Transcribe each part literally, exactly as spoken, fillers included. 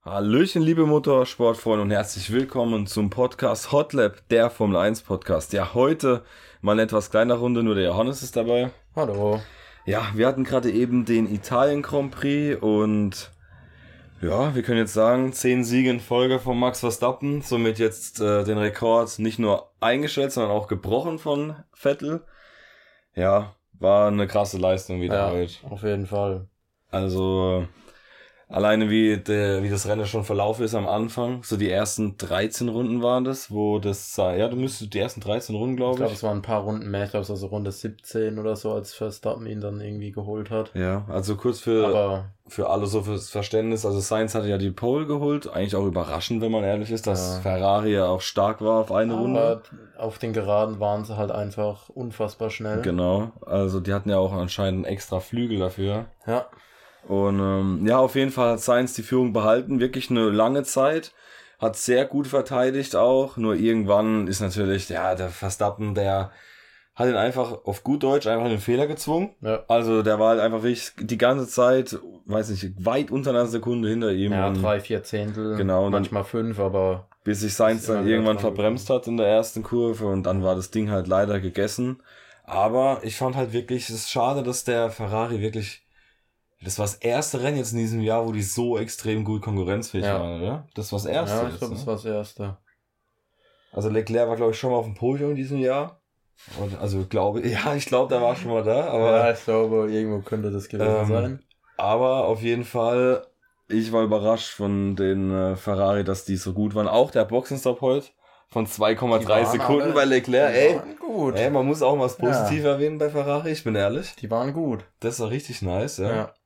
Hallöchen, liebe Motorsportfreunde und herzlich willkommen zum Podcast Hot Lap, der Formel eins Podcast. Ja, heute mal eine etwas kleinere Runde, nur der Johannes ist dabei. Hallo. Ja, wir hatten gerade eben den Italien Grand Prix und ja, wir können jetzt sagen, zehn Siege in Folge von Max Verstappen, somit jetzt äh, den Rekord nicht nur eingestellt, sondern auch gebrochen von Vettel. Ja, war eine krasse Leistung wieder Ja, heute. auf jeden Fall. Also alleine wie, der, wie das Rennen schon verlaufen ist am Anfang, so die ersten dreizehn Runden waren das, wo das, ja, du müsstest die ersten dreizehn Runden, glaube ich. Ich glaube, es waren ein paar Runden mehr, ich glaube, es war so Runde siebzehn oder so, als Verstappen ihn dann irgendwie geholt hat. Ja, also kurz für, Aber für alle so fürs Verständnis, also Sainz hatte ja die Pole geholt, eigentlich auch überraschend, wenn man ehrlich ist, dass Ja. Ferrari ja auch stark war auf eine Runde. aber auf den Geraden waren sie halt einfach unfassbar schnell. Genau, also die hatten ja auch anscheinend extra Flügel dafür. Ja, Und ähm, ja, auf jeden Fall hat Sainz die Führung behalten, wirklich eine lange Zeit, hat sehr gut verteidigt auch, nur irgendwann ist natürlich, ja, der Verstappen, der hat ihn einfach auf gut Deutsch einfach einen Fehler gezwungen. ja. Also der war halt einfach wirklich die ganze Zeit, weiß nicht, weit unter einer Sekunde hinter ihm. Ja, und drei, vier Zehntel, Genau, und dann- manchmal fünf, aber bis sich Sainz ist immer dann wieder irgendwann dran verbremst hat in der ersten Kurve und dann war das Ding halt leider gegessen. Aber ich fand halt wirklich, es ist schade, dass der Ferrari wirklich, das war das erste Rennen jetzt in diesem Jahr, wo die so extrem gut konkurrenzfähig Ja. waren, oder? Das war das erste. ja, ich jetzt, glaube, ne? das war das erste. Also Leclerc war, glaube ich, schon mal auf dem Podium in diesem Jahr. Und also glaube, ja, ich glaube, der war schon mal da, aber, ja, ich glaube, irgendwo könnte das gewesen Ähm, sein. aber auf jeden Fall, ich war überrascht von den äh, Ferrari, dass die so gut waren. Auch der Boxenstopp heute von zwei Komma Die drei waren Sekunden alle- bei Leclerc, Die ey. waren gut. Ey, man muss auch mal das Ja. Positive erwähnen bei Ferrari, ich bin ehrlich. Die waren gut. Das war richtig nice, ja. Ja.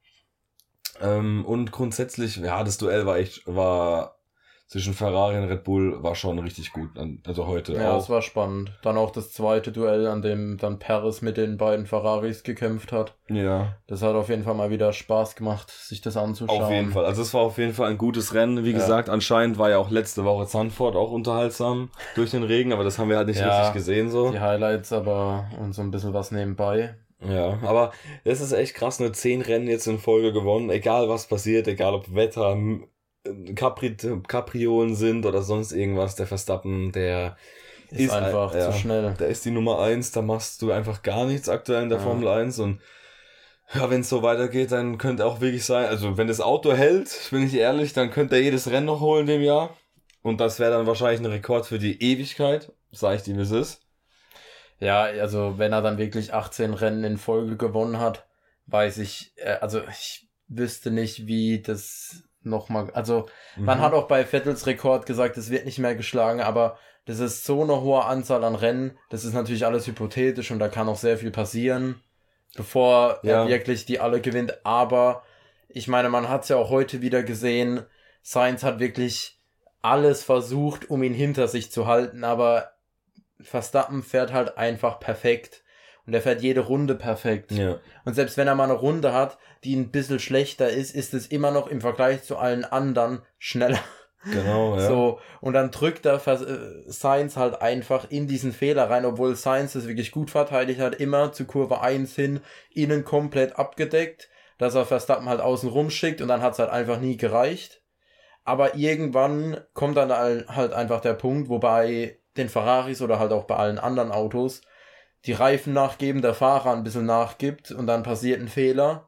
Ähm, und grundsätzlich, ja, das Duell war echt, war zwischen Ferrari und Red Bull war schon richtig gut. Also heute Ja, auch. es war spannend. Dann auch das zweite Duell, an dem dann Perez mit den beiden Ferraris gekämpft hat. Ja, Das hat auf jeden Fall mal wieder Spaß gemacht, sich das anzuschauen. auf jeden Fall. Also es war auf jeden Fall ein gutes Rennen. Wie Ja. gesagt, anscheinend war ja auch letzte Woche Zandvoort auch unterhaltsam durch den Regen, aber das haben wir halt nicht Ja, richtig gesehen so. Die Highlights aber und so ein bisschen was nebenbei. Ja, aber es ist echt krass, nur zehn Rennen jetzt in Folge gewonnen, egal was passiert, egal ob Wetter, M- Capri Capriolen sind oder sonst irgendwas, der Verstappen, der Ist, Ist einfach ein- ja. zu schnell. der ist die Nummer eins, da machst du einfach gar nichts aktuell in der Ja. Formel eins und ja, wenn es so weitergeht, dann könnte auch wirklich sein, also wenn das Auto hält, bin ich ehrlich, dann könnte er jedes Rennen noch holen in dem Jahr und das wäre dann wahrscheinlich ein Rekord für die Ewigkeit, sag ich dir, wie es ist. Ja, also wenn er dann wirklich achtzehn Rennen in Folge gewonnen hat, weiß ich, äh, also ich wüsste nicht, wie das nochmal, also man Mhm. hat auch bei Vettels Rekord gesagt, es wird nicht mehr geschlagen, aber das ist so eine hohe Anzahl an Rennen, das ist natürlich alles hypothetisch und da kann auch sehr viel passieren, bevor Ja. er wirklich die alle gewinnt, aber ich meine, man hat es ja auch heute wieder gesehen, Sainz hat wirklich alles versucht, um ihn hinter sich zu halten, aber Verstappen fährt halt einfach perfekt und er fährt jede Runde perfekt. Ja. Und selbst wenn er mal eine Runde hat, die ein bisschen schlechter ist, ist es immer noch im Vergleich zu allen anderen schneller. Genau, ja. So, und dann drückt er Vers- äh, Sainz halt einfach in diesen Fehler rein, obwohl Sainz das wirklich gut verteidigt hat, immer zu Kurve eins hin, innen komplett abgedeckt, dass er Verstappen halt außen rumschickt und dann hat es halt einfach nie gereicht. Aber irgendwann kommt dann al- halt einfach der Punkt, wobei den Ferraris oder halt auch bei allen anderen Autos die Reifen nachgeben, der Fahrer ein bisschen nachgibt und dann passiert ein Fehler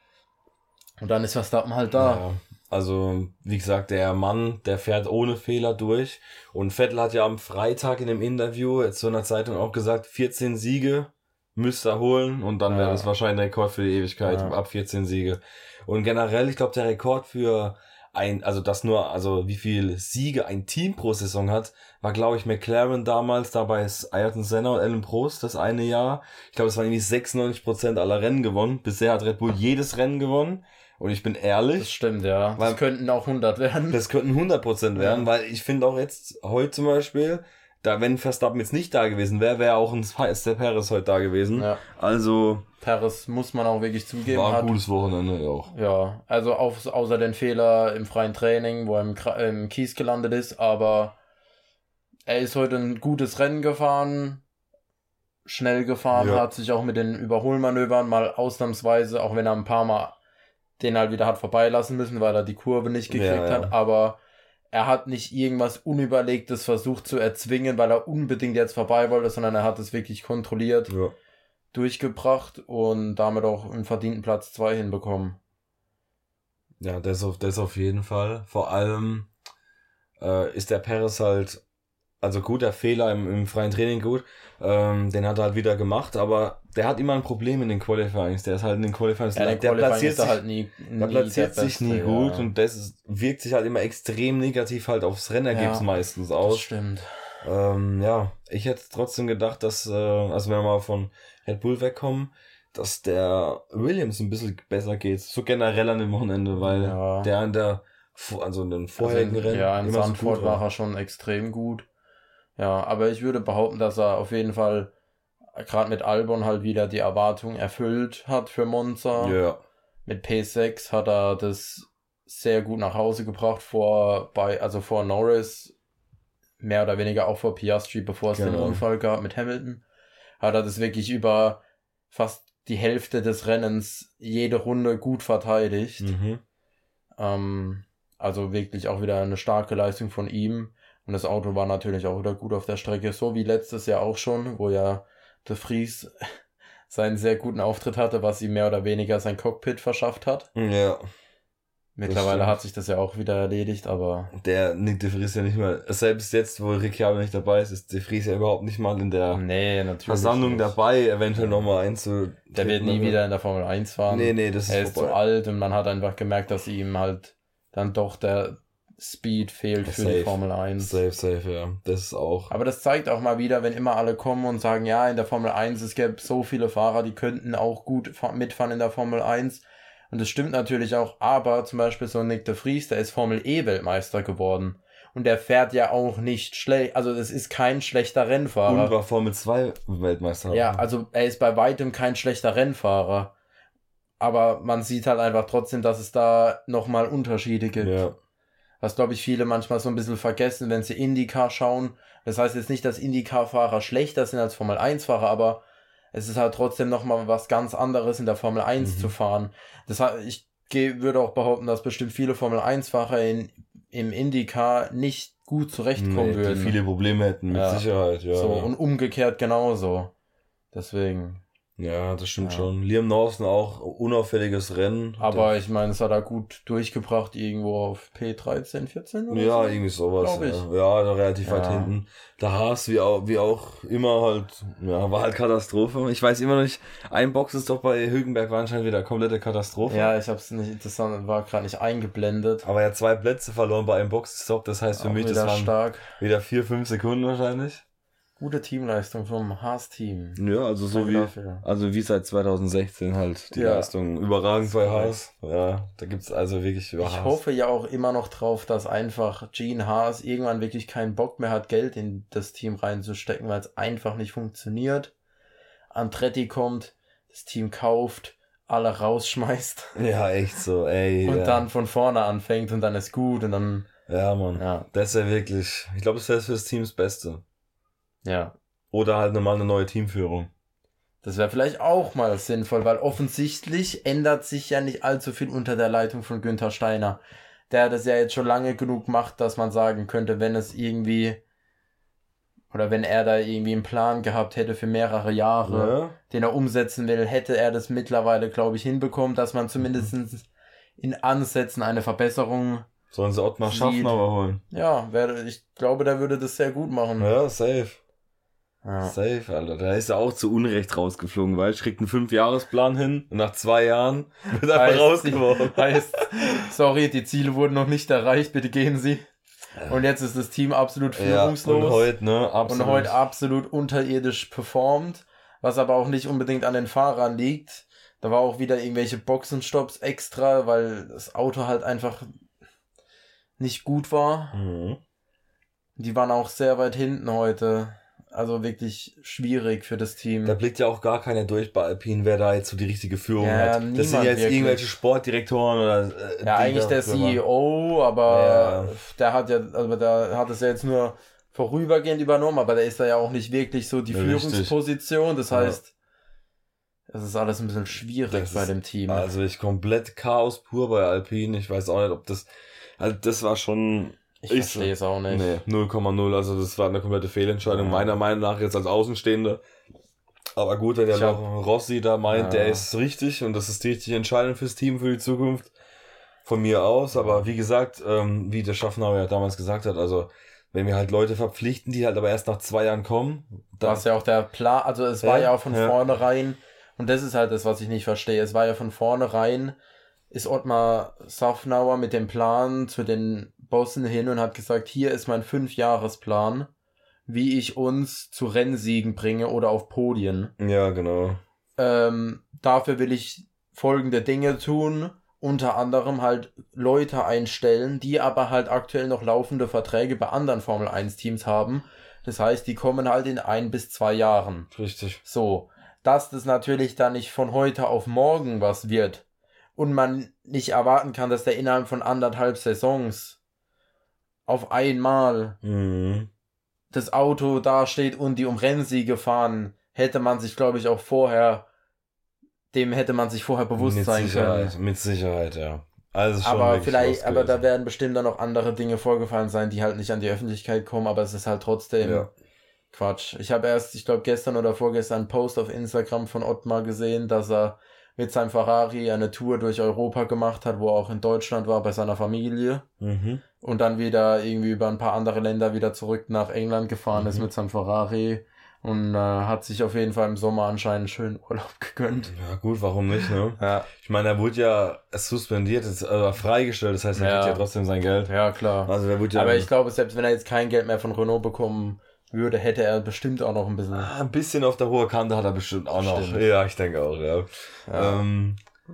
und dann ist Verstappen halt da. Ja, also, wie gesagt, der Mann, der fährt ohne Fehler durch. Und Vettel hat ja am Freitag in dem Interview jetzt zu einer Zeitung auch gesagt, vierzehn Siege müsste er holen und dann wäre Ja. das wahrscheinlich ein Rekord für die Ewigkeit, Ja. ab vierzehn Siege. Und generell, ich glaube, der Rekord für ein, also das nur, also wie viel Siege ein Team pro Saison hat, war, glaube ich, McLaren damals, dabei ist Ayrton Senna und Alain Prost das eine Jahr. Ich glaube, es waren irgendwie sechsundneunzig Prozent aller Rennen gewonnen. Bisher hat Red Bull jedes Rennen gewonnen. Und ich bin ehrlich, Das stimmt, ja. Weil- Das könnten auch hundert werden. das könnten hundert Prozent werden, Ja. weil ich finde auch jetzt, heute zum Beispiel, da wenn Verstappen jetzt nicht da gewesen wäre, wäre auch ein Seb Perez heute da gewesen. Ja. Also, Perez muss man auch wirklich zugeben war ein hat. gutes Wochenende auch. Ja, also auf, außer den Fehler im freien Training, wo er im, Kra- im Kies gelandet ist, aber er ist heute ein gutes Rennen gefahren, schnell gefahren, Ja. hat sich auch mit den Überholmanövern mal ausnahmsweise, auch wenn er ein paar Mal den halt wieder hat vorbeilassen müssen, weil er die Kurve nicht gekriegt ja, ja. hat, aber er hat nicht irgendwas Unüberlegtes versucht zu erzwingen, weil er unbedingt jetzt vorbei wollte, sondern er hat es wirklich kontrolliert ja. durchgebracht und damit auch einen verdienten Platz zwei hinbekommen. Ja, das auf, das auf jeden Fall. Vor allem äh, ist der Perez halt, also gut, der Fehler im, im freien Training gut, ähm, den hat er halt wieder gemacht, aber der hat immer ein Problem in den Qualifyings. Der ist halt in den Qualifyings, ja, den der Qualifying platziert sich halt nie, nie der platziert sich Beste, nie gut ja. und das ist, wirkt sich halt immer extrem negativ halt aufs Rennergebnis ja, meistens aus. Das stimmt. Ähm, ja, ich hätte trotzdem gedacht, dass, äh, also wenn wir mal von Red Bull wegkommen, dass der Williams ein bisschen besser geht, so generell an dem Wochenende, weil ja. der in der, also in den vorherigen also, Rennen ja, in immer Sandford so gut war er schon extrem gut. Ja, aber ich würde behaupten, dass er auf jeden Fall gerade mit Albon halt wieder die Erwartung erfüllt hat für Monza. Ja. Mit P sechs hat er das sehr gut nach Hause gebracht vor bei also vor Norris, mehr oder weniger auch vor Piastri, bevor es genau. den Unfall gab mit Hamilton. Hat er das wirklich über fast die Hälfte des Rennens jede Runde gut verteidigt. Mhm. Ähm, also wirklich auch wieder eine starke Leistung von ihm. Und das Auto war natürlich auch wieder gut auf der Strecke, so wie letztes Jahr auch schon, wo ja de Vries seinen sehr guten Auftritt hatte, was ihm mehr oder weniger sein Cockpit verschafft hat. Ja. Mittlerweile hat sich das ja auch wieder erledigt, aber... Der Nick de Vries ja nicht mal, selbst jetzt, wo Ricciardo nicht dabei ist, ist de Vries ja überhaupt nicht mal in der nee, Versammlung nicht. dabei, eventuell ja. nochmal einzu... Der wird nie wieder in der Formel eins fahren. Nee, nee, das ist Er ist vorbei. Zu alt und man hat einfach gemerkt, dass ihm halt dann doch der Speed fehlt für safe. die Formel eins. Safe, safe, ja. Das ist auch... Aber das zeigt auch mal wieder, wenn immer alle kommen und sagen, ja, in der Formel eins, es gäbe so viele Fahrer, die könnten auch gut mitfahren in der Formel eins. Und das stimmt natürlich auch, aber zum Beispiel so Nick de Vries, der ist Formel E-Weltmeister geworden. Und der fährt ja auch nicht schlecht, also das ist kein schlechter Rennfahrer. Und war Formel zwei Weltmeister. Ja, also er ist bei weitem kein schlechter Rennfahrer. Aber man sieht halt einfach trotzdem, dass es da nochmal Unterschiede gibt. Ja. Was, glaube ich, viele manchmal so ein bisschen vergessen, wenn sie IndyCar schauen. Das heißt jetzt nicht, dass IndyCar-Fahrer schlechter sind als Formel eins Fahrer, aber es ist halt trotzdem nochmal was ganz anderes in der Formel eins mhm. zu fahren. Das heißt, ich geh, würde auch behaupten, dass bestimmt viele Formel eins Fahrer in, im IndyCar nicht gut zurechtkommen nee, würden. Die viele Probleme hätten, mit ja. Sicherheit, ja. So, und umgekehrt genauso. Deswegen... Ja, das stimmt ja. schon. Liam Lawson auch unauffälliges Rennen. Aber ich meine, es hat er gut durchgebracht, irgendwo auf P dreizehn, vierzehn oder ja, so? irgendwie sowas. Ja, ja da relativ ja. weit hinten. Der Haas, wie auch, wie auch immer halt, ja, war halt Katastrophe. Ich weiß immer noch nicht, ein Box ist doch bei Hülkenberg war anscheinend wieder komplette Katastrophe. Ja, ich hab's nicht, das war gerade nicht eingeblendet. Aber er hat zwei Plätze verloren bei einem Boxstop, das heißt für auch mich, das waren stark. wieder vier, fünf Sekunden wahrscheinlich. Gute Teamleistung vom Haas-Team. Ja, also so wie, dafür. also wie seit zwanzig sechzehn halt die ja. Leistung überragend bei Haas. Ja, da gibt's also wirklich über Ich Haas. hoffe ja auch immer noch drauf, dass einfach Gene Haas irgendwann wirklich keinen Bock mehr hat, Geld in das Team reinzustecken, weil es einfach nicht funktioniert. Andretti kommt, das Team kauft, alle rausschmeißt. Ja, echt so, ey. Und ja. dann von vorne anfängt und dann ist gut und dann... Ja, Mann. Ja. Das ist ja wirklich, ich glaube, das wäre für das Team das Beste. Ja. Oder halt nochmal eine neue Teamführung. Das wäre vielleicht auch mal sinnvoll, weil offensichtlich ändert sich ja nicht allzu viel unter der Leitung von Günther Steiner. Der das ja jetzt schon lange genug macht, dass man sagen könnte, wenn es irgendwie, oder wenn er da irgendwie einen Plan gehabt hätte für mehrere Jahre, ja. den er umsetzen will, hätte er das mittlerweile, glaube ich, hinbekommen, dass man zumindest in Ansätzen eine Verbesserung Sollen sie Ottmar Schaffner holen? Ja, wär, ich glaube, der würde das sehr gut machen. Ja, safe. Ja. Safe, Alter. Da ist er auch zu Unrecht rausgeflogen, weil ich krieg einen Fünfjahresplan hin und nach zwei Jahren wird er einfach rausgeworfen. Heißt, sorry, die Ziele wurden noch nicht erreicht, bitte gehen Sie. Und jetzt ist das Team absolut führungslos. Ja, und heute, ne, absolut. Und heute absolut unterirdisch performt, was aber auch nicht unbedingt an den Fahrern liegt. Da war auch wieder irgendwelche Boxenstopps extra, weil das Auto halt einfach nicht gut war. Mhm. Die waren auch sehr weit hinten heute. Also wirklich schwierig für das Team. Da blickt ja auch gar keiner durch bei Alpine, wer da jetzt so die richtige Führung ja, hat. Das sind jetzt wirklich. irgendwelche Sportdirektoren oder... Äh, ja, eigentlich der C E O, aber ja. der hat ja, also der hat es ja jetzt nur vorübergehend übernommen, aber der ist da ja auch nicht wirklich so die ja, Führungsposition. Das heißt, Es ist alles ein bisschen schwierig Das bei ist dem Team. Also ich komplett Chaos pur bei Alpine. Ich weiß auch nicht, ob das, also das war schon, Ich verstehe es auch nicht. nee, null Komma null. Also das war eine komplette Fehlentscheidung, Ja. meiner Meinung nach jetzt als Außenstehender. Aber gut, wenn der Ich hab- noch Rossi da meint, Ja. der ist richtig und das ist die richtige Entscheidung fürs Team, für die Zukunft. Von mir aus. Aber wie gesagt, ähm, wie der Schaffner ja damals gesagt hat, also wenn wir halt Leute verpflichten, die halt aber erst nach zwei Jahren kommen, dann Das ist ja auch der Plan, also es war Ja, ja auch von ja. vornherein, und das ist halt das, was ich nicht verstehe, es war ja von vornherein, ist Ottmar Safnauer mit dem Plan zu den Bossen hin und hat gesagt, hier ist mein Fünfjahresplan, wie ich uns zu Rennsiegen bringe oder auf Podien. ja, genau. Ähm, dafür will ich folgende Dinge tun, unter anderem halt Leute einstellen, die aber halt aktuell noch laufende Verträge bei anderen Formel eins Teams haben. Das heißt, die kommen halt in ein bis zwei Jahren. Richtig. So, dass das natürlich dann nicht von heute auf morgen was wird und man nicht erwarten kann, dass der innerhalb von anderthalb Saisons auf einmal Mhm. das Auto dasteht und die um Rennsiege fahren, hätte man sich, glaube ich, auch vorher, dem hätte man sich vorher bewusst mit sein Sicherheit, können. Mit Sicherheit, ja. Also schon Aber wirklich vielleicht, was aber da gewesen. werden bestimmt dann noch andere Dinge vorgefallen sein, die halt nicht an die Öffentlichkeit kommen, aber es ist halt trotzdem Ja. Quatsch. Ich habe erst, ich glaube gestern oder vorgestern einen Post auf Instagram von Ottmar gesehen, dass er mit seinem Ferrari eine Tour durch Europa gemacht hat, wo er auch in Deutschland war bei seiner Familie Mhm. und dann wieder irgendwie über ein paar andere Länder wieder zurück nach England gefahren Mhm. ist mit seinem Ferrari und äh, hat sich auf jeden Fall im Sommer anscheinend einen schönen Urlaub gegönnt. Ja gut, warum nicht, ne? Ja, Ich meine, er wurde ja suspendiert, ist, also freigestellt, das heißt, er Ja. kriegt ja trotzdem sein Geld. ja klar. Also der wurde ja Aber ich glaube, selbst wenn er jetzt kein Geld mehr von Renault bekommen würde, hätte er bestimmt auch noch ein bisschen. Ah, ein bisschen auf der hohen Kante hat er bestimmt auch noch. Stimmt. Ja, ich denke auch, ja. Ja. Ähm,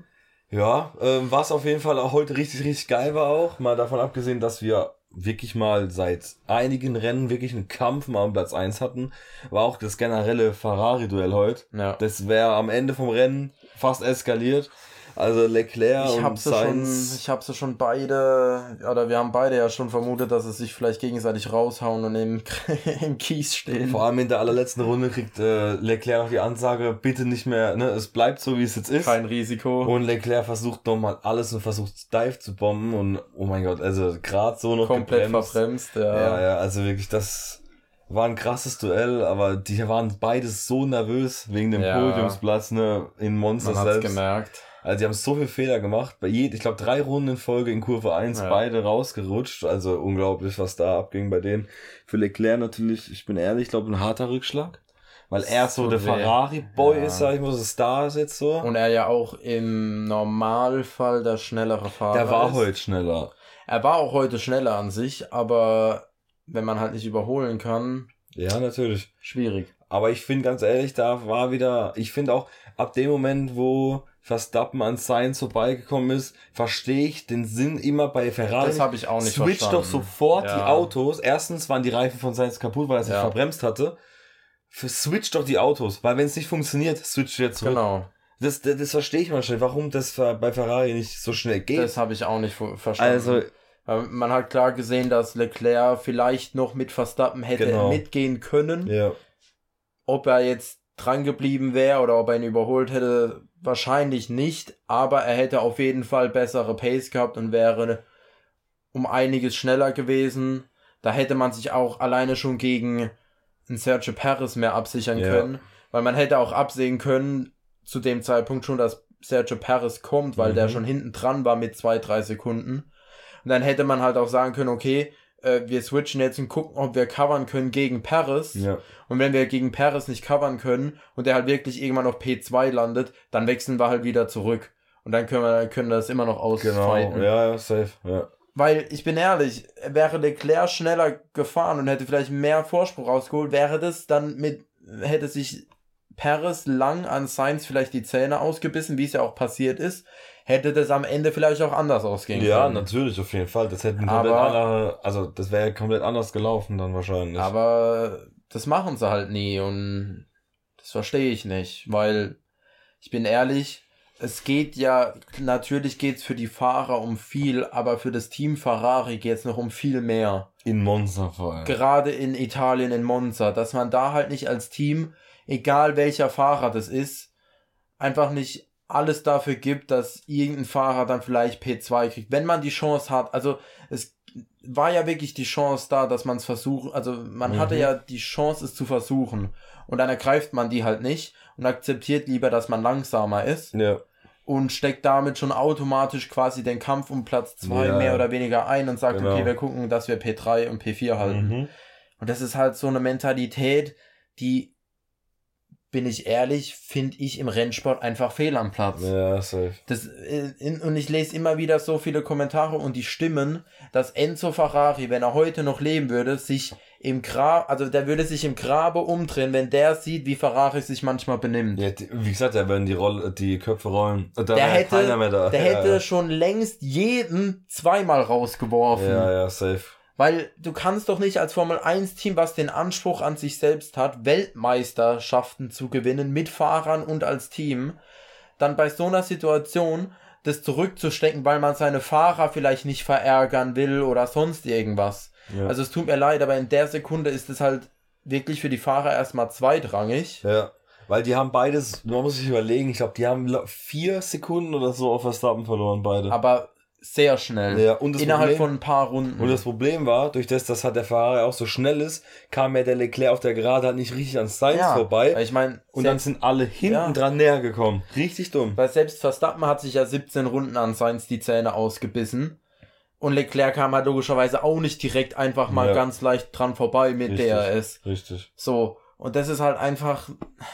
ja, ähm, was auf jeden Fall auch heute richtig, richtig geil war auch, mal davon abgesehen, dass wir wirklich mal seit einigen Rennen wirklich einen Kampf mal um Platz eins hatten, war auch das generelle Ferrari-Duell heute. Ja. Das wäre am Ende vom Rennen fast eskaliert. Also Leclerc Ich und habe sie schon, Sainz. ich habe sie schon beide, oder wir haben beide ja schon vermutet, dass sie sich vielleicht gegenseitig raushauen und im, im Kies stehen. Vor allem in der allerletzten Runde kriegt äh, Leclerc noch die Ansage, bitte nicht mehr, ne, es bleibt so, wie es jetzt ist. Kein Risiko. Und Leclerc versucht nochmal alles und versucht Dive zu bomben und oh mein Gott, also gerade so noch Komplett gebremst. verbremst, ja. Ja, ja, also wirklich, das war ein krasses Duell, aber die waren beide so nervös wegen dem Ja. Podiumsplatz, ne, in Monza Man hat's selbst. gemerkt. Also die haben so viel Fehler gemacht. Bei jed, ich glaube drei Runden in Folge in Kurve eins Ja. beide rausgerutscht. Also unglaublich, was da abging bei denen. Für Leclerc natürlich, ich bin ehrlich, ich glaube ein harter Rückschlag. Weil er so tut der weh. Ferrari-Boy Ja. ist, sag ich mal, so Star ist jetzt so. Und er ja auch im Normalfall der schnellere Fahrer Der war ist. heute schneller. Er war auch heute schneller an sich, aber wenn man halt nicht überholen kann, Ja, natürlich. schwierig. Aber ich finde ganz ehrlich, da war wieder, ich finde auch, ab dem Moment, wo Verstappen an Sainz vorbeigekommen ist, verstehe ich den Sinn immer bei Ferrari. Das habe ich auch nicht Switch verstanden. doch sofort Ja. die Autos. Erstens waren die Reifen von Sainz kaputt, weil er sich Ja. verbremst hatte. Für Switch doch die Autos, weil wenn es nicht funktioniert, switch wieder zurück. Genau. Das, das, das verstehe ich manchmal, warum das bei Ferrari nicht so schnell geht. Das habe ich auch nicht ver- verstanden. Also, Weil man hat klar gesehen, dass Leclerc vielleicht noch mit Verstappen hätte Genau. mitgehen können. ja. Ob er jetzt dran geblieben wäre oder ob er ihn überholt hätte, wahrscheinlich nicht. Aber er hätte auf jeden Fall bessere Pace gehabt und wäre um einiges schneller gewesen. Da hätte man sich auch alleine schon gegen einen Sergio Perez mehr absichern Ja. können. Weil man hätte auch absehen können, zu dem Zeitpunkt schon, dass Sergio Perez kommt, weil Mhm. der schon hinten dran war mit zwei, drei Sekunden. Und dann hätte man halt auch sagen können, okay, äh, wir switchen jetzt und gucken, ob wir covern können gegen Perez. Ja. Und wenn wir gegen Perez nicht covern können und der halt wirklich irgendwann auf P zwei landet, dann wechseln wir halt wieder zurück. Und dann können wir können das immer noch Genau. ausfighten. Ja, ja, safe. Ja. Weil, ich bin ehrlich, wäre Leclerc schneller gefahren und hätte vielleicht mehr Vorsprung rausgeholt, wäre das dann mit, hätte sich Perez lang an Sainz vielleicht die Zähne ausgebissen, wie es ja auch passiert ist, hätte das am Ende vielleicht auch anders ausgehen Ja, können. natürlich, auf jeden Fall. Das hätten Aber- komplett andere, also das wäre komplett anders gelaufen dann wahrscheinlich. Aber das machen sie halt nie und das verstehe ich nicht, weil ich bin ehrlich, es geht ja, natürlich geht's für die Fahrer um viel, aber für das Team Ferrari geht's noch um viel mehr. In Monza vor allem. Gerade in Italien, in Monza, dass man da halt nicht als Team, egal welcher Fahrer das ist, einfach nicht alles dafür gibt, dass irgendein Fahrer dann vielleicht P zwei kriegt. Wenn man die Chance hat, also es war ja wirklich die Chance da, dass man es versucht, also man mhm. hatte ja die Chance, es zu versuchen. Und dann ergreift man die halt nicht und akzeptiert lieber, dass man langsamer ist. Ja. Und steckt damit schon automatisch quasi den Kampf um Platz zwei ja. mehr oder weniger ein und sagt, genau. okay, wir gucken, dass wir P drei und P vier halten. Mhm. Und das ist halt so eine Mentalität, die, bin ich ehrlich, finde ich im Rennsport einfach fehl am Platz. Ja, safe. Das, in, und ich lese immer wieder so viele Kommentare und die stimmen, dass Enzo Ferrari, wenn er heute noch leben würde, sich im Grab, also der würde sich im Grabe umdrehen, wenn der sieht, wie Ferrari sich manchmal benimmt. Ja, wie gesagt, da werden die Roll, die Köpfe rollen. Da der hätte, keiner mehr da. Der ja, hätte ja. schon längst jeden zweimal rausgeworfen. Ja, ja, safe. Weil du kannst doch nicht als Formel eins Team, was den Anspruch an sich selbst hat, Weltmeisterschaften zu gewinnen mit Fahrern und als Team, dann bei so einer Situation das zurückzustecken, weil man seine Fahrer vielleicht nicht verärgern will oder sonst irgendwas. Ja. Also es tut mir leid, aber in der Sekunde ist es halt wirklich für die Fahrer erstmal zweitrangig. Ja, weil die haben beides, man muss sich überlegen, ich glaube, die haben vier Sekunden oder so auf Verstappen verloren, beide. Aber sehr schnell. Ja, und das innerhalb Problem, von ein paar Runden. Und das Problem war, durch das, dass halt der Fahrer auch so schnell ist, kam ja der Leclerc auf der Gerade halt nicht richtig an Sainz ja, vorbei. Ich mein, und dann sind alle hinten ja. dran näher gekommen. Richtig dumm. Weil selbst Verstappen hat sich ja siebzehn Runden an Sainz die Zähne ausgebissen. Und Leclerc kam halt logischerweise auch nicht direkt einfach mal ja. ganz leicht dran vorbei mit richtig, D R S. Richtig. So. Und das ist halt einfach,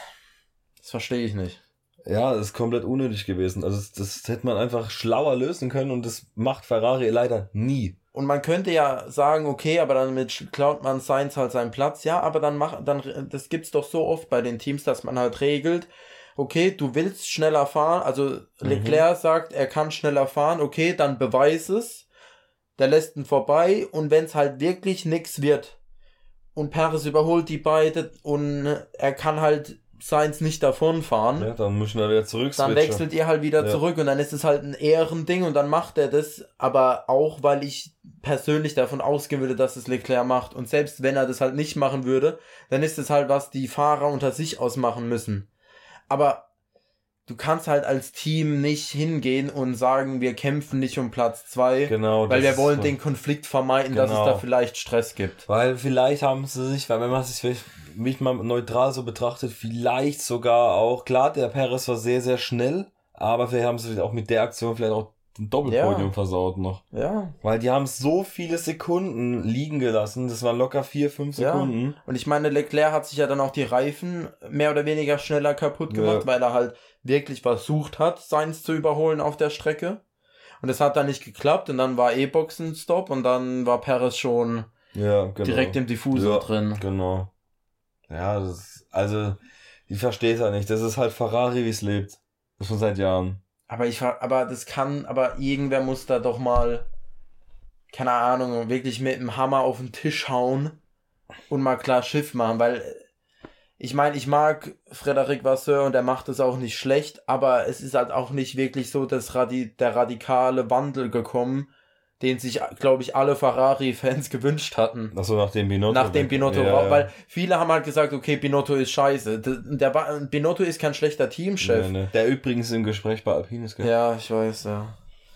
das verstehe ich nicht. Ja, das ist komplett unnötig gewesen. Also das, das hätte man einfach schlauer lösen können und das macht Ferrari leider nie. Und man könnte ja sagen, okay, aber dann mit klaut man Sainz halt seinen Platz. Ja, aber dann macht, dann, das gibt's doch so oft bei den Teams, dass man halt regelt, okay, du willst schneller fahren, also Leclerc mhm. sagt, er kann schneller fahren, okay, dann beweis es. Der lässt ihn vorbei und wenn es halt wirklich nix wird und Perez überholt die beide und er kann halt Sainz nicht davonfahren, ja, dann müssen wir wieder zurück. Dann wechselt ihr halt wieder ja. zurück und dann ist es halt ein Ehrending und dann macht er das, aber auch, weil ich persönlich davon ausgehen würde, dass es Leclerc macht und selbst wenn er das halt nicht machen würde, dann ist es halt, was die Fahrer unter sich ausmachen müssen. Aber du kannst halt als Team nicht hingehen und sagen, wir kämpfen nicht um Platz zwei, genau, weil wir wollen den Konflikt vermeiden, genau. dass es da vielleicht Stress gibt. Weil vielleicht haben sie sich, weil wenn man sich mich mal neutral so betrachtet, vielleicht sogar auch, klar, der Perez war sehr, sehr schnell, aber vielleicht haben sie auch mit der Aktion vielleicht auch ein Doppelpodium ja. versaut noch. Ja. Weil die haben so viele Sekunden liegen gelassen, das waren locker vier, fünf Sekunden. Ja. Und ich meine, Leclerc hat sich ja dann auch die Reifen mehr oder weniger schneller kaputt gemacht, ja. weil er halt wirklich versucht hat, Sainz zu überholen auf der Strecke. Und es hat dann nicht geklappt und dann war eh Boxenstopp und dann war Perez schon ja, genau. direkt im Diffusor ja, drin. Genau. Ja, das ist, also, ich verstehe es ja nicht. Das ist halt Ferrari, wie es lebt. Das schon seit Jahren. Aber ich, aber das kann, aber irgendwer muss da doch mal, keine Ahnung, wirklich mit dem Hammer auf den Tisch hauen und mal klar Schiff machen, weil ich meine, ich mag Frédéric Vasseur und er macht es auch nicht schlecht, aber es ist halt auch nicht wirklich so, dass Radi- der radikale Wandel gekommen, den sich, glaube ich, alle Ferrari-Fans gewünscht hatten. Ach so, nach dem Binotto. Nach dem Binotto, ja, ja. Weil viele haben halt gesagt, okay, Binotto ist scheiße. Der, der Binotto ist kein schlechter Teamchef. Nee, nee. Der übrigens im Gespräch bei Alpine ist, gell? Ja, ich weiß, ja.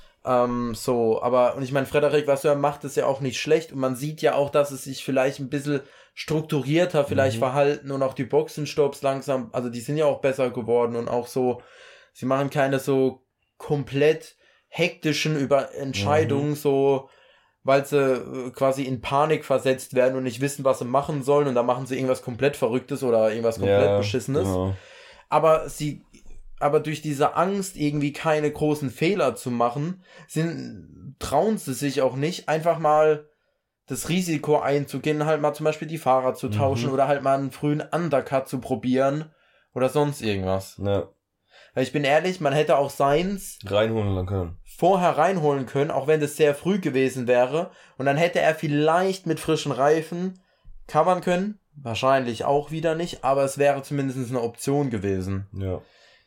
Ähm, so, aber, und ich meine, Frédéric Vasseur macht es ja auch nicht schlecht und man sieht ja auch, dass es sich vielleicht ein bisschen strukturierter vielleicht mhm. verhalten und auch die Boxenstopps langsam, also die sind ja auch besser geworden und auch so, sie machen keine so komplett hektischen über Entscheidungen, mhm. so, weil sie äh, quasi in Panik versetzt werden und nicht wissen, was sie machen sollen und dann machen sie irgendwas komplett Verrücktes oder irgendwas komplett ja, Beschissenes. Genau. Aber sie, aber durch diese Angst, irgendwie keine großen Fehler zu machen, sind, trauen sie sich auch nicht, einfach mal das Risiko einzugehen, halt mal zum Beispiel die Fahrer zu tauschen mhm. oder halt mal einen frühen Undercut zu probieren oder sonst irgendwas. Ja. Weil ich bin ehrlich, man hätte auch Sainz reinholen können. Vorher reinholen können, auch wenn das sehr früh gewesen wäre. Und dann hätte er vielleicht mit frischen Reifen covern können. Wahrscheinlich auch wieder nicht, aber es wäre zumindest eine Option gewesen. Ja.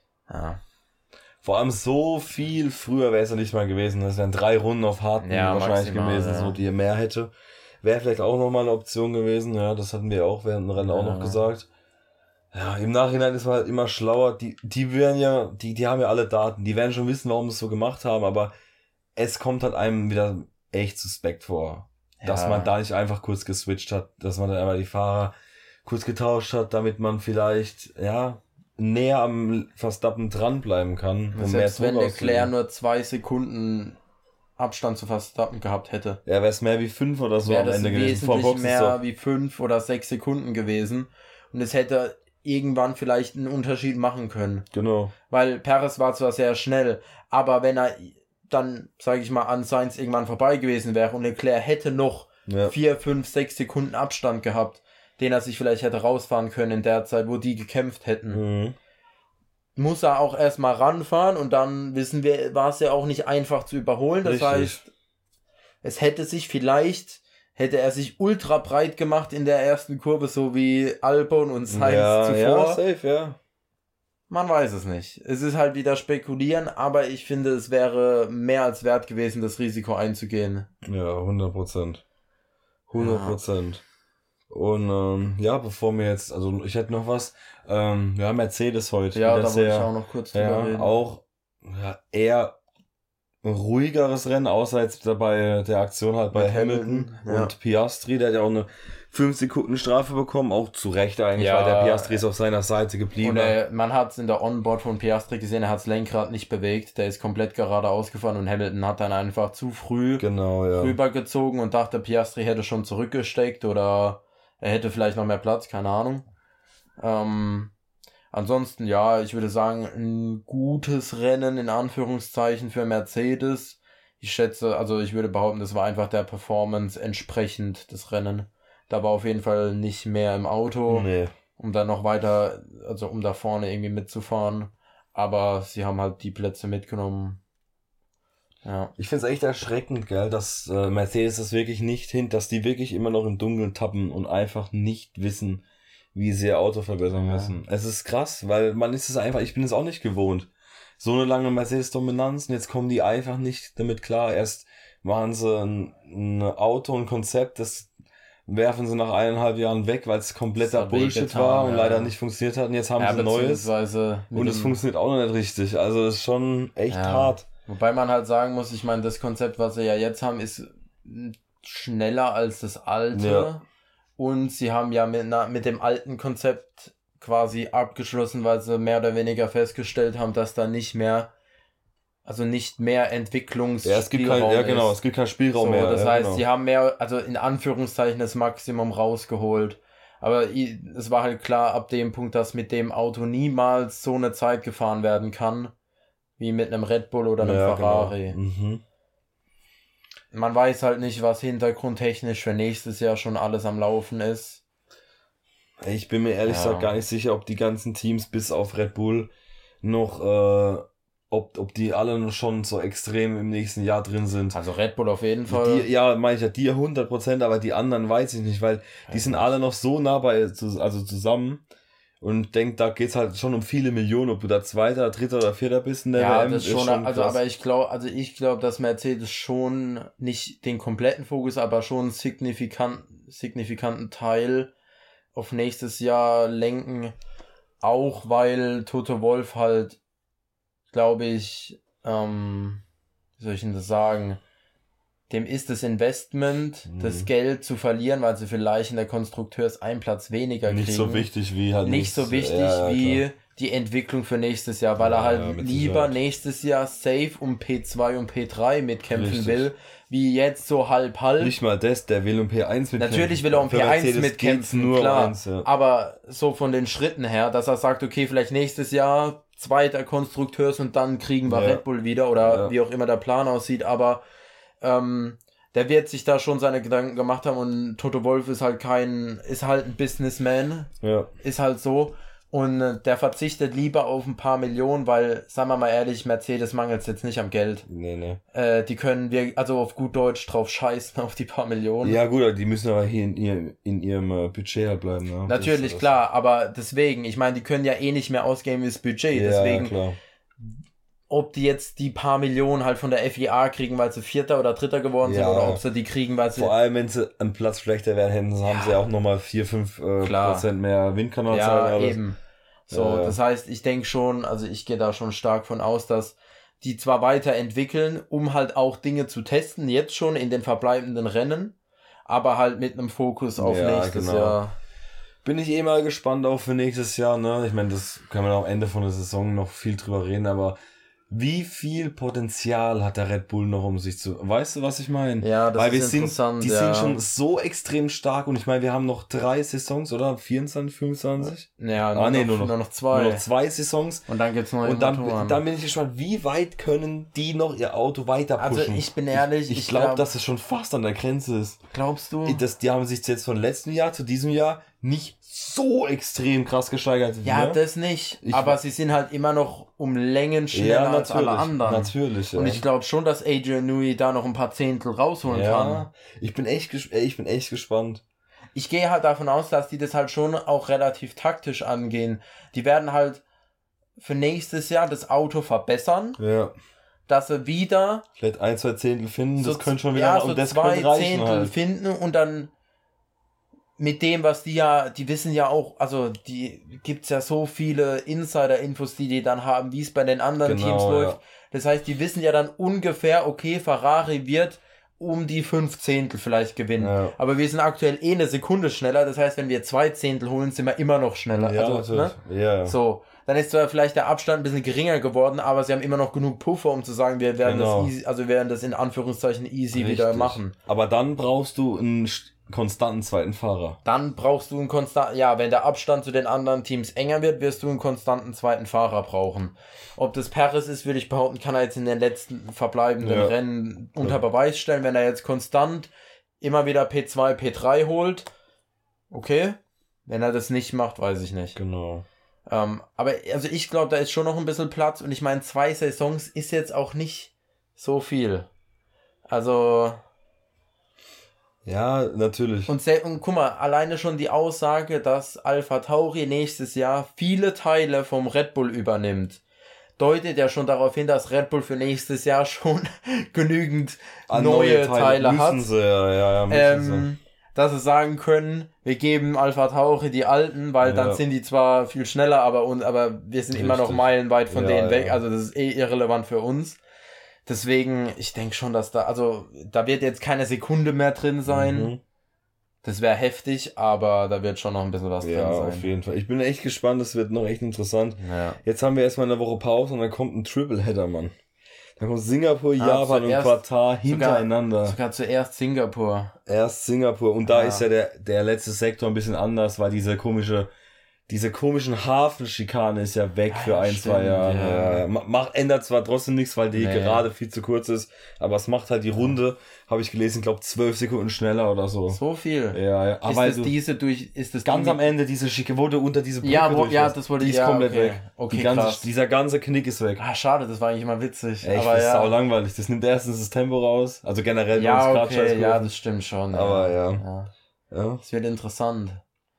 Ja. Vor allem so viel früher wäre es ja nicht mal gewesen. Das wären drei Runden auf Harten ja, wahrscheinlich maximal, gewesen, ja. so die er mehr hätte. Wäre vielleicht auch nochmal eine Option gewesen. Ja, das hatten wir auch während dem Rennen ja. auch noch gesagt. Ja, im Nachhinein ist man halt immer schlauer. Die, die werden ja, die, die haben ja alle Daten. Die werden schon wissen, warum sie es so gemacht haben, aber es kommt halt einem wieder echt suspekt vor, ja. dass man da nicht einfach kurz geswitcht hat, dass man dann einfach die Fahrer kurz getauscht hat, damit man vielleicht, ja, näher am Verstappen dranbleiben kann. Um selbst wenn Leclerc nur zwei Sekunden Abstand zu Verstappen gehabt hätte. Ja, wäre es mehr wie fünf oder so am Ende gewesen. Wäre wesentlich mehr wie fünf oder sechs Sekunden gewesen. Und es hätte irgendwann vielleicht einen Unterschied machen können. Genau. Weil Perez war zwar sehr schnell, aber wenn er dann, sage ich mal, an Sainz irgendwann vorbei gewesen wäre und Leclerc hätte noch ja. vier, fünf, sechs Sekunden Abstand gehabt, den er sich vielleicht hätte rausfahren können in der Zeit, wo die gekämpft hätten. Mhm. Muss er auch erstmal ranfahren und dann wissen wir, war es ja auch nicht einfach zu überholen. Das Richtig. heißt, es hätte sich vielleicht, hätte er sich ultra breit gemacht in der ersten Kurve, so wie Albon und Sainz ja, zuvor. Ja, safe, ja. Man weiß es nicht. Es ist halt wieder spekulieren, aber ich finde, es wäre mehr als wert gewesen, das Risiko einzugehen. Ja, hundert Prozent. hundert Prozent. Ja. Und ähm, ja, bevor wir jetzt, also ich hätte noch was, ähm, wir haben Mercedes heute. Ja, da wollte ich auch noch kurz drüber ja, reden. Auch ja, eher ein ruhigeres Rennen, außer jetzt dabei der Aktion halt bei Hamilton, Hamilton ja. und Piastri, der hat ja auch eine fünf Sekunden Strafe bekommen, auch zu Recht eigentlich, ja, weil der Piastri ist auf seiner Seite geblieben. Und äh, man hat es in der Onboard von Piastri gesehen, er hat das Lenkrad nicht bewegt, der ist komplett geradeaus gefahren und Hamilton hat dann einfach zu früh genau, ja. rübergezogen und dachte, Piastri hätte schon zurückgesteckt oder er hätte vielleicht noch mehr Platz, keine Ahnung. Ähm, ansonsten, ja, ich würde sagen, ein gutes Rennen in Anführungszeichen für Mercedes. Ich schätze, also ich würde behaupten, das war einfach der Performance entsprechend, das Rennen. Da war auf jeden Fall nicht mehr im Auto, nee. um dann noch weiter, also um da vorne irgendwie mitzufahren. Aber sie haben halt die Plätze mitgenommen. Ja. Ich find's echt erschreckend, gell, dass äh, Mercedes das wirklich nicht hin, dass die wirklich immer noch im Dunkeln tappen und einfach nicht wissen, wie sie ihr Auto verbessern ja. müssen. Es ist krass, weil man ist es einfach, ich bin es auch nicht gewohnt. So eine lange Mercedes-Dominanz und jetzt kommen die einfach nicht damit klar. Erst machen sie ein, ein Auto, ein Konzept, das werfen sie nach eineinhalb Jahren weg, weil es kompletter Bullshit getan, war und ja. leider nicht funktioniert hat. Und jetzt haben ja, sie Neues und es funktioniert auch noch nicht richtig. Also das ist schon echt ja. hart. Wobei man halt sagen muss, ich meine, das Konzept, was sie ja jetzt haben, ist schneller als das alte. Ja. Und sie haben ja mit, na, mit dem alten Konzept quasi abgeschlossen, weil sie mehr oder weniger festgestellt haben, dass da nicht mehr, also nicht mehr Entwicklungsspielraum ja, es gibt kein, ja, genau, es gibt keinen Spielraum so, mehr. Das ja, heißt, genau. sie haben mehr, also in Anführungszeichen das Maximum rausgeholt. Aber es war halt klar ab dem Punkt, dass mit dem Auto niemals so eine Zeit gefahren werden kann, wie mit einem Red Bull oder einem ja, Ferrari. Genau. Mhm. Man weiß halt nicht, was hintergrundtechnisch für nächstes Jahr schon alles am Laufen ist. Ich bin mir ehrlich gesagt ja. gar nicht sicher, ob die ganzen Teams bis auf Red Bull noch, äh, ob, ob die alle noch schon so extrem im nächsten Jahr drin sind. Also Red Bull auf jeden Fall. Die, ja, meine ich ja, die hundert Prozent, aber die anderen weiß ich nicht, weil die ja. sind alle noch so nah bei, also zusammen. Und denk, da geht's halt schon um viele Millionen, ob du da Zweiter, Dritter oder Vierter bist in der ja, W M. Das ist schon, schon also, aber ich glaube, also ich glaube, dass Mercedes schon nicht den kompletten Fokus, aber schon einen signifikant, signifikanten Teil auf nächstes Jahr lenken. Auch weil Toto Wolff halt, glaube ich, ähm, wie soll ich denn das sagen, dem ist das Investment, mhm. das Geld zu verlieren, weil sie vielleicht in der Konstrukteurs einen Platz weniger kriegen. Nicht so wichtig wie halt. Nicht so wichtig ja, ja, wie klar. die Entwicklung für nächstes Jahr, weil ja, er halt ja, lieber Sicherheit. nächstes Jahr safe um P zwei und P drei mitkämpfen Richtig. will, wie jetzt so halb halb. Nicht mal das, der will um P eins mitkämpfen. Natürlich will er um P eins mitkämpfen, nur klar. eins, ja. Aber so von den Schritten her, dass er sagt, okay, vielleicht nächstes Jahr zweiter Konstrukteurs und dann kriegen wir ja. Red Bull wieder oder ja. wie auch immer der Plan aussieht, aber Ähm, der wird sich da schon seine Gedanken gemacht haben und Toto Wolff ist halt kein, ist halt ein Businessman, ja. ist halt so und äh, der verzichtet lieber auf ein paar Millionen, weil, sagen wir mal ehrlich, Mercedes mangelt jetzt nicht am Geld. Nee, nee. Äh, die können wir, also auf gut Deutsch drauf scheißen, auf die paar Millionen. Ja gut, die müssen aber hier in, ihr, in ihrem äh, Budget halt bleiben. Ja. Natürlich, das, klar, aber deswegen, ich meine, die können ja eh nicht mehr ausgeben wie das Budget, ja, deswegen klar. ob die jetzt die paar Millionen halt von der F I A kriegen, weil sie Vierter oder Dritter geworden sind, Ja. oder ob sie die kriegen, weil sie... Vor allem, wenn sie einen Platz schlechter werden, hätten, haben Ja. sie auch nochmal vier, fünf äh, Klar. Prozent mehr Windkanalzeit. Ja, aber das- eben. So, Ja, ja. das heißt, ich denke schon, also ich gehe da schon stark von aus, dass die zwar weiterentwickeln, um halt auch Dinge zu testen, jetzt schon in den verbleibenden Rennen, aber halt mit einem Fokus auf Ja, nächstes genau. Jahr. Bin ich eh mal gespannt auch für nächstes Jahr, ne? Ich meine, das kann man am Ende von der Saison noch viel drüber reden, aber wie viel Potenzial hat der Red Bull noch, um sich zu... Weißt du, was ich meine? Ja, das Weil wir ist sind, interessant. die ja. sind schon so extrem stark und ich meine, wir haben noch drei Saisons, oder? vierundzwanzig, fünfundzwanzig? Ja, Ah, nur, nee, noch, nur noch- nur noch zwei. Nur noch zwei Saisons. Und dann gibt's neue Und dann, Motoren. dann bin ich gespannt, wie weit können die noch ihr Auto weiter pushen? Also ich bin ehrlich, ich, ich glaube, glaub- dass es schon fast an der Grenze ist. Glaubst du? Das, die haben sich jetzt von letztem Jahr zu diesem Jahr nicht so extrem krass gesteigert. Ja, ne? das nicht. Ich- aber sie sind halt immer noch um Längen schneller als alle anderen. Natürlich, ja. Und ich glaube schon, dass Adrian Newey da noch ein paar Zehntel rausholen kann. ja, ich bin echt, ges- ey, ich bin echt gespannt. Ich gehe halt davon aus, dass die das halt schon auch relativ taktisch angehen. Die werden halt für nächstes Jahr das Auto verbessern, Ja. dass sie wieder Vielleicht ein, zwei Zehntel finden, das so, könnte schon wieder ja, noch- so und das zwei könnte reichen Zehntel halt. finden und dann mit dem, was die ja, die wissen ja auch, also die gibt's ja so viele Insider-Infos, die die dann haben, wie es bei den anderen Genau, Teams ja. läuft. Das heißt, die wissen ja dann ungefähr, okay, Ferrari wird um die fünf Zehntel vielleicht gewinnen. Ja. Aber wir sind aktuell eh eine Sekunde schneller. Das heißt, wenn wir zwei Zehntel holen, sind wir immer noch schneller. Ja, also, ne? natürlich. Ja, ja. So, dann ist zwar vielleicht der Abstand ein bisschen geringer geworden, aber sie haben immer noch genug Puffer, um zu sagen, wir werden Genau. das easy, also wir werden das in Anführungszeichen easy wieder Richtig. machen. Aber dann brauchst du einen st- konstanten zweiten Fahrer. Dann brauchst du einen konstanten, ja, wenn der Abstand zu den anderen Teams enger wird, wirst du einen konstanten zweiten Fahrer brauchen. Ob das Perez ist, würde ich behaupten, kann er jetzt in den letzten verbleibenden Ja. Rennen unter Ja. Beweis stellen, wenn er jetzt konstant immer wieder P zwei, P drei holt. Okay. Wenn er das nicht macht, weiß ich nicht. Genau. Ähm, aber also ich glaube, da ist schon noch ein bisschen Platz und ich meine, zwei Saisons ist jetzt auch nicht so viel. Also, Ja, natürlich. und, sel- und guck mal, alleine schon die Aussage, dass AlphaTauri nächstes Jahr viele Teile vom Red Bull übernimmt, deutet ja schon darauf hin, dass Red Bull für nächstes Jahr schon genügend An neue, Teile, müssen hat. Sie, ja, ja, ja, müssen Ähm, dass sie sagen können, wir geben AlphaTauri die alten, weil dann Ja. sind die zwar viel schneller, aber, un- aber wir sind immer noch Richtig. meilenweit von Ja, denen ja. weg, also das ist eh irrelevant für uns. Deswegen, ich denke schon, dass da, also da wird jetzt keine Sekunde mehr drin sie. sein. Mhm. Das wäre heftig, aber da wird schon noch ein bisschen was Ja, drin auf sein. jeden Fall. Ich bin echt gespannt, das wird noch echt interessant. Ja. Jetzt haben wir erstmal eine Woche Pause und dann kommt ein Triple-Header, Mann. Dann kommt Singapur, Ah, Japan und zuerst- Katar hintereinander. Sogar zuerst Singapur. Erst Singapur und da Ja. ist ja der, der letzte Sektor ein bisschen anders, weil diese komische, diese komischen Hafenschikane ist ja weg Ah, für ja, ein, stimmt, zwei Jahre. ja. Ja. Ma- Macht, ändert zwar trotzdem nichts, weil die Nee. gerade viel zu kurz ist, aber es macht halt die Runde, habe ich gelesen, glaube zwölf Sekunden schneller oder so. So viel. Ja, ja. Aber ist weil das du diese durch, ist das ganz die, am Ende diese Schicke, wo du unter diese Brücke Ja, wo- ja, durchfährst, das wollte die ich- ist ja, komplett okay. weg. Okay, die ganze, krass. dieser ganze Knick ist weg. Ah, schade, das war eigentlich immer witzig. Echt, aber das ist ja. sau langweilig. Das nimmt erstens das Tempo raus. Also generell Ja, bei uns okay, Scheißkurven. ja, das stimmt schon. Aber ja. ja. ja. Es wird interessant.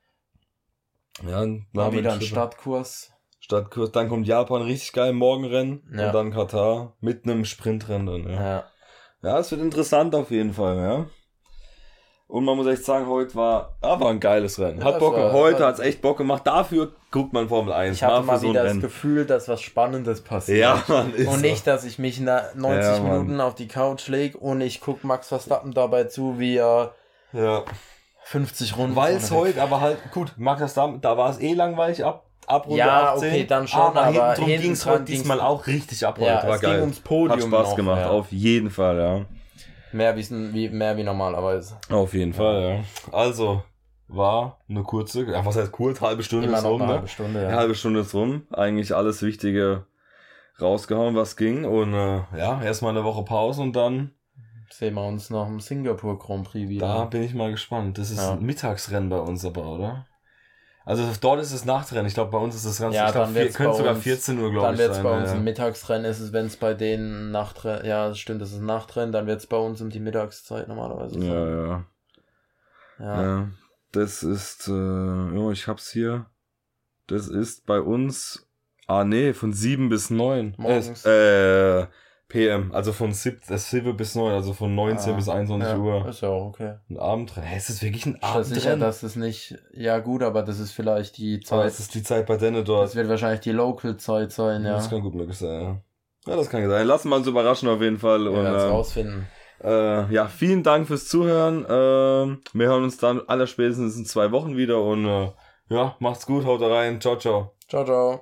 Ja, Mal dann wieder ein Triple- Stadtkurs. Stadtkurs. Dann kommt Japan, richtig geil, Morgenrennen. Ja. Und dann Katar mit einem Sprintrennen dann, ja. Ja. Ja, es wird interessant auf jeden Fall, ja. Und man muss echt sagen, heute war, ah, war ein geiles Rennen. Ja, Hat das Bock, war- heute war- hat's echt Bock gemacht. Dafür guckt man Formel eins. Ich hatte für mal so ein wieder das Rennen. Gefühl, dass was Spannendes passiert. Ja, man, ist Und nicht, dass ich mich na- neunzig Ja, Mann. Minuten auf die Couch lege und ich guck Max Verstappen dabei zu, wie er so. Ja. fünfzig Runden Weil es vorne weg- heute, aber halt, gut, Max Verstappen, da war es eh langweilig ab, ab Runde Ja, achtzehn. okay, dann schon, aber, aber hinten drum hinten ging es dran heute ging's- diesmal auch richtig ab. Ja, heute. War es geil. ging ums Podium Hat Spaß noch, gemacht, ja. auf jeden Fall, ja. Mehr, wie's n- wie, mehr wie normalerweise. Auf jeden Fall, ja. Also, war eine kurze, ja, was heißt kurz, halbe Stunde Immer ist noch rum, eine ne? halbe Stunde, Eine ja. halbe Stunde ist rum. Eigentlich alles Wichtige rausgehauen, was ging. Und äh, ja, erstmal eine Woche Pause und dann, Sehen wir uns noch im Singapur Grand Prix wieder. da bin ich mal gespannt. Das ist Ja. ein Mittagsrennen bei uns aber, oder? Also dort ist es Nachtrennen. Ich glaube, bei uns ist das Ganze, Ja, ich glaube, dann vier, wird's könnte bei sogar uns- vierzehn Uhr, glaube Dann ich, wird es sein. bei uns ja. im Mittagsrennen, ist es, wenn es bei denen Nachtrennen, ja, das stimmt, das ist ein Nachtrennen, dann wird es bei uns um die Mittagszeit normalerweise sein. Ja, ja. Ja. Ja, das ist, äh, ja, ich hab's hier. Das ist bei uns Ah, nee, von sieben bis neun. Morgens. Äh, äh, P M, also von sieben bis neun, also von neunzehn Ah, bis einundzwanzig ja, Uhr. ist ja auch okay. Ein Abendrennen. Hä, ist das wirklich ein Ich bin sicher, Abendrennen? dass es nicht, ja gut, aber das ist vielleicht die Ah, Zeit, das ist die Zeit bei denen dort. das wird wahrscheinlich die Local-Zeit sein, ja. Das kann gut möglich sein, ja. Ja, das kann sein. Lassen wir uns überraschen auf jeden Fall. Wir Und, werden es ähm, rausfinden. Äh, ja, vielen Dank fürs Zuhören. Ähm, wir hören uns dann allerspätestens in zwei Wochen wieder und äh, ja, macht's gut, haut rein. Ciao, ciao. Ciao, ciao.